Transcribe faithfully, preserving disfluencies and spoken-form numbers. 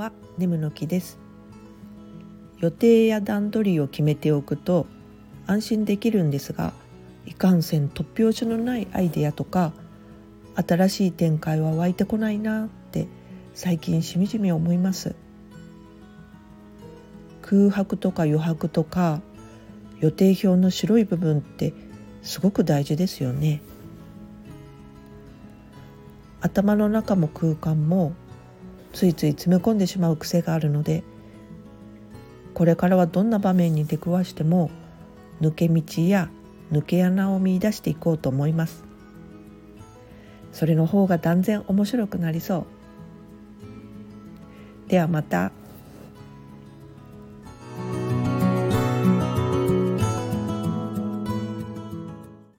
は、ネムの木です。予定や段取りを決めておくと安心できるんですが、いかんせん突拍子のないアイデアとか新しい展開は湧いてこないなって最近しみじみ思います。空白とか余白とか予定表の白い部分ってすごく大事ですよね。頭の中も空間もついつい詰め込んでしまう癖があるので、これからはどんな場面に出くわしても抜け道や抜け穴を見出していこうと思います。それの方が断然面白くなりそう。ではまた。